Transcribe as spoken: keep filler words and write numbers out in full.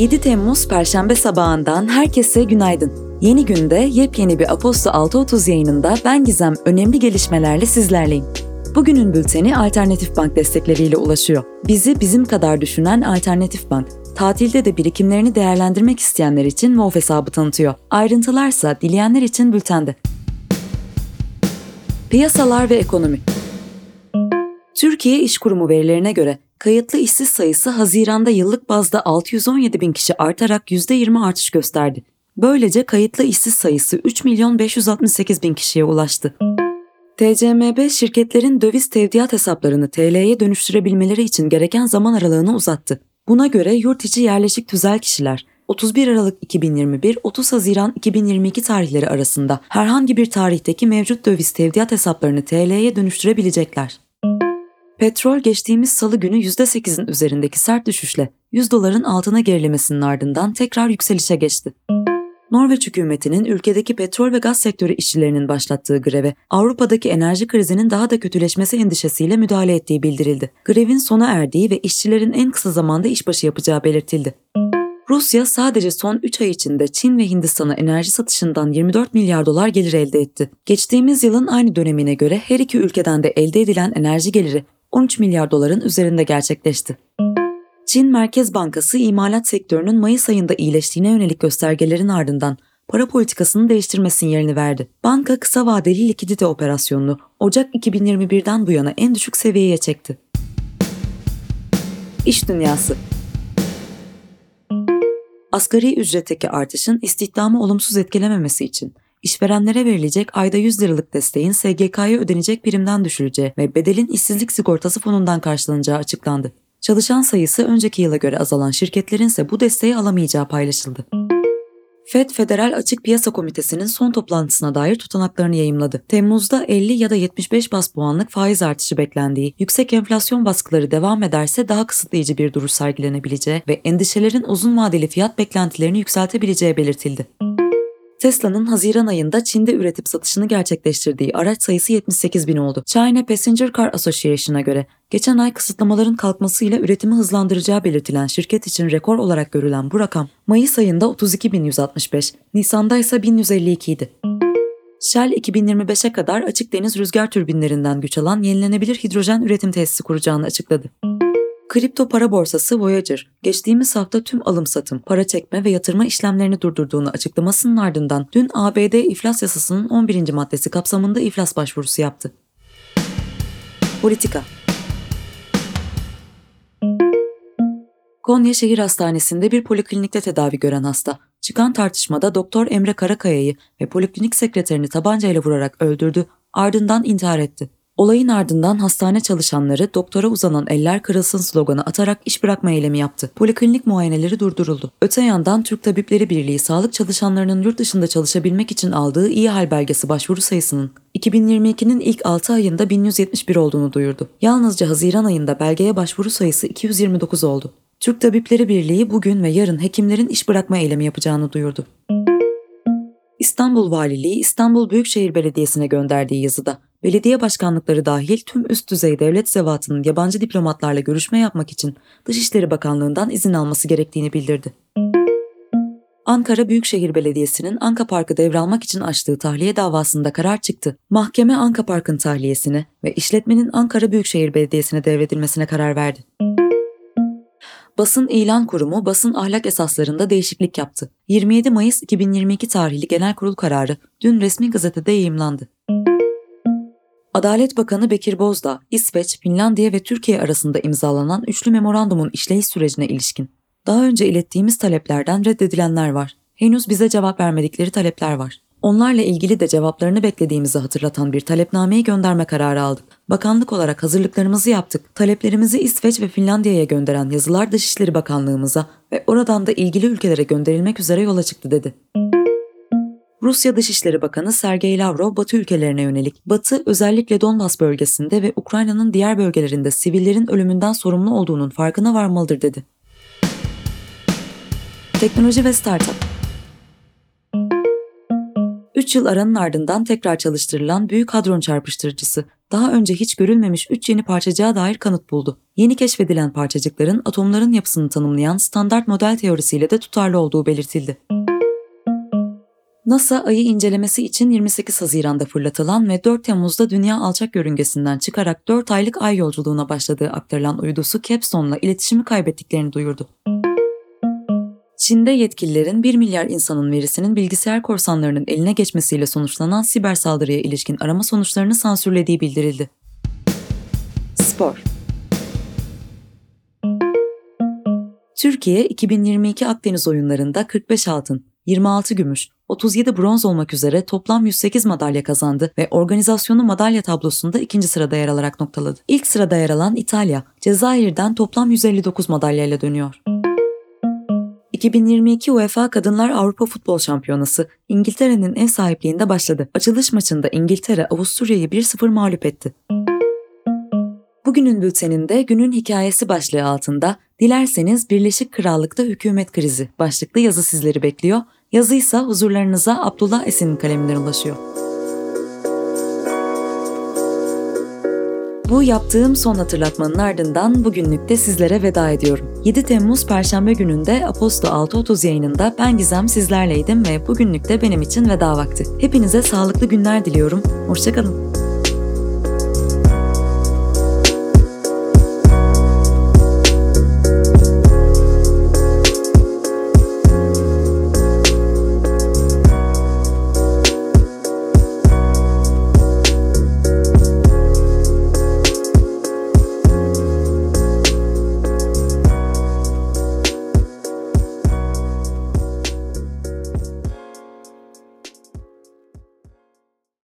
yedi Temmuz Perşembe sabahından herkese günaydın. Yeni günde yepyeni bir Aposto altı otuz yayınında ben Gizem önemli gelişmelerle sizlerleyim. Bugünün bülteni Alternatif Bank destekleriyle ulaşıyor. Bizi bizim kadar düşünen Alternatif Bank, tatilde de birikimlerini değerlendirmek isteyenler için Wolf hesabı tanıtıyor. Ayrıntılarsa dileyenler için bültende. Piyasalar ve ekonomi. Türkiye İş Kurumu verilerine göre kayıtlı işsiz sayısı Haziran'da yıllık bazda altı yüz on yedi bin kişi artarak yüzde yirmi artış gösterdi. Böylece kayıtlı işsiz sayısı üç milyon beş yüz altmış sekiz bin kişiye ulaştı. T C M B şirketlerin döviz tevdiat hesaplarını T L'ye dönüştürebilmeleri için gereken zaman aralığını uzattı. Buna göre yurt içi yerleşik tüzel kişiler otuz bir Aralık iki bin yirmi bir - otuz Haziran iki bin yirmi iki tarihleri arasında herhangi bir tarihteki mevcut döviz tevdiat hesaplarını T L'ye dönüştürebilecekler. Petrol geçtiğimiz salı günü yüzde sekizin üzerindeki sert düşüşle yüz doların altına gerilemesinin ardından tekrar yükselişe geçti. Norveç hükümetinin ülkedeki petrol ve gaz sektörü işçilerinin başlattığı greve, Avrupa'daki enerji krizinin daha da kötüleşmesi endişesiyle müdahale ettiği bildirildi. Grevin sona erdiği ve işçilerin en kısa zamanda işbaşı yapacağı belirtildi. Rusya sadece son üç ay içinde Çin ve Hindistan'a enerji satışından yirmi dört milyar dolar gelir elde etti. Geçtiğimiz yılın aynı dönemine göre her iki ülkeden de elde edilen enerji geliri on üç milyar doların üzerinde gerçekleşti. Çin Merkez Bankası imalat sektörünün Mayıs ayında iyileştiğine yönelik göstergelerin ardından para politikasını değiştirme sinyalini verdi. Banka kısa vadeli likidite operasyonunu Ocak iki bin yirmi birden bu yana en düşük seviyeye çekti. İş dünyası. Asgari ücretteki artışın istihdamı olumsuz etkilememesi için işverenlere verilecek ayda yüz liralık desteğin S G K'ya ödenecek primden düşüleceği ve bedelin işsizlik sigortası fonundan karşılanacağı açıklandı. Çalışan sayısı önceki yıla göre azalan şirketlerin ise bu desteği alamayacağı paylaşıldı. Fed Federal Açık Piyasa Komitesi'nin son toplantısına dair tutanaklarını yayımladı. Temmuz'da elli ya da yetmiş beş bas puanlık faiz artışı beklendiği, yüksek enflasyon baskıları devam ederse daha kısıtlayıcı bir duruş sergilenebileceği ve endişelerin uzun vadeli fiyat beklentilerini yükseltebileceği belirtildi. Tesla'nın Haziran ayında Çin'de üretip satışını gerçekleştirdiği araç sayısı yetmiş sekiz bin oldu. China Passenger Car Association'a göre geçen ay kısıtlamaların kalkmasıyla üretimi hızlandıracağı belirtilen şirket için rekor olarak görülen bu rakam Mayıs ayında otuz iki bin yüz altmış beş, Nisan'da ise bin yüz elli iki idi. Shell iki bin yirmi beşe kadar açık deniz rüzgar türbinlerinden güç alan yenilenebilir hidrojen üretim tesisi kuracağını açıkladı. Kripto para borsası Voyager, geçtiğimiz hafta tüm alım-satım, para çekme ve yatırma işlemlerini durdurduğunu açıklamasının ardından dün A B D iflas yasasının on birinci maddesi kapsamında iflas başvurusu yaptı. Politika. Konya Şehir Hastanesi'nde bir poliklinikte tedavi gören hasta, çıkan tartışmada Doktor Emre Karakaya'yı ve poliklinik sekreterini tabancayla vurarak öldürdü, ardından intihar etti. Olayın ardından hastane çalışanları doktora uzanan eller kırılsın sloganı atarak iş bırakma eylemi yaptı. Poliklinik muayeneleri durduruldu. Öte yandan Türk Tabipleri Birliği sağlık çalışanlarının yurt dışında çalışabilmek için aldığı iyi hal belgesi başvuru sayısının iki bin yirmi ikinin ilk altı ayında bin yüz yetmiş bir olduğunu duyurdu. Yalnızca Haziran ayında belgeye başvuru sayısı iki yüz yirmi dokuz oldu. Türk Tabipleri Birliği bugün ve yarın hekimlerin iş bırakma eylemi yapacağını duyurdu. İstanbul Valiliği İstanbul Büyükşehir Belediyesi'ne gönderdiği yazıda belediye başkanlıkları dahil tüm üst düzey devlet zevatının yabancı diplomatlarla görüşme yapmak için Dışişleri Bakanlığı'ndan izin alması gerektiğini bildirdi. Ankara Büyükşehir Belediyesi'nin Anka Park'ı devralmak için açtığı tahliye davasında karar çıktı. Mahkeme Anka Park'ın tahliyesine ve işletmenin Ankara Büyükşehir Belediyesi'ne devredilmesine karar verdi. Basın İlan Kurumu basın ahlak esaslarında değişiklik yaptı. yirmi yedi Mayıs iki bin yirmi iki tarihli Genel Kurul kararı dün resmi gazetede yayımlandı. Adalet Bakanı Bekir Bozdağ, İsveç, Finlandiya ve Türkiye arasında imzalanan üçlü memorandumun işleyiş sürecine ilişkin daha önce ilettiğimiz taleplerden reddedilenler var. Henüz bize cevap vermedikleri talepler var. Onlarla ilgili de cevaplarını beklediğimizi hatırlatan bir talepnameyi gönderme kararı aldık. Bakanlık olarak hazırlıklarımızı yaptık. Taleplerimizi İsveç ve Finlandiya'ya gönderen yazılar Dışişleri Bakanlığımıza ve oradan da ilgili ülkelere gönderilmek üzere yola çıktı dedi. Rusya Dışişleri Bakanı Sergey Lavrov, Batı ülkelerine yönelik Batı özellikle Donbas bölgesinde ve Ukrayna'nın diğer bölgelerinde sivillerin ölümünden sorumlu olduğunun farkına varmalıdır dedi. Teknoloji ve Startup. üç yıl aranın ardından tekrar çalıştırılan Büyük Hadron Çarpıştırıcısı daha önce hiç görülmemiş üç yeni parçacığa dair kanıt buldu. Yeni keşfedilen parçacıkların atomların yapısını tanımlayan standart model teorisiyle de tutarlı olduğu belirtildi. NASA, Ay'ı incelemesi için yirmi sekiz Haziran'da fırlatılan ve dört Temmuz'da Dünya alçak yörüngesinden çıkarak dört aylık Ay yolculuğuna başladığı aktarılan uydusu Capstone'la iletişimi kaybettiklerini duyurdu. Çin'de yetkililerin bir milyar insanın verisinin bilgisayar korsanlarının eline geçmesiyle sonuçlanan siber saldırıya ilişkin arama sonuçlarını sansürlediği bildirildi. Spor. Türkiye, iki bin yirmi iki Akdeniz Oyunları'nda kırk beş altın, yirmi altı gümüş, otuz yedi bronz olmak üzere toplam yüz sekiz madalya kazandı ve organizasyonu madalya tablosunda ikinci sırada yer alarak noktaladı. İlk sırada yer alan İtalya, Cezayir'den toplam yüz elli dokuz madalyayla dönüyor. iki bin yirmi iki UEFA Kadınlar Avrupa Futbol Şampiyonası İngiltere'nin ev sahipliğinde başladı. Açılış maçında İngiltere Avusturya'yı bir sıfır mağlup etti. Bugünün bülteninde günün hikayesi başlığı altında "Dilerseniz Birleşik Krallık'ta hükümet krizi" başlıklı yazı sizleri bekliyor. Yazıysa huzurlarınıza Abdullah Esin'in kaleminden ulaşıyor. Bu yaptığım son hatırlatmanın ardından bugünlük de sizlere veda ediyorum. yedi Temmuz Perşembe gününde Aposto altı otuz yayınında ben Gizem sizlerleydim ve bugünlük de benim için veda vakti. Hepinize sağlıklı günler diliyorum. Hoşça kalın.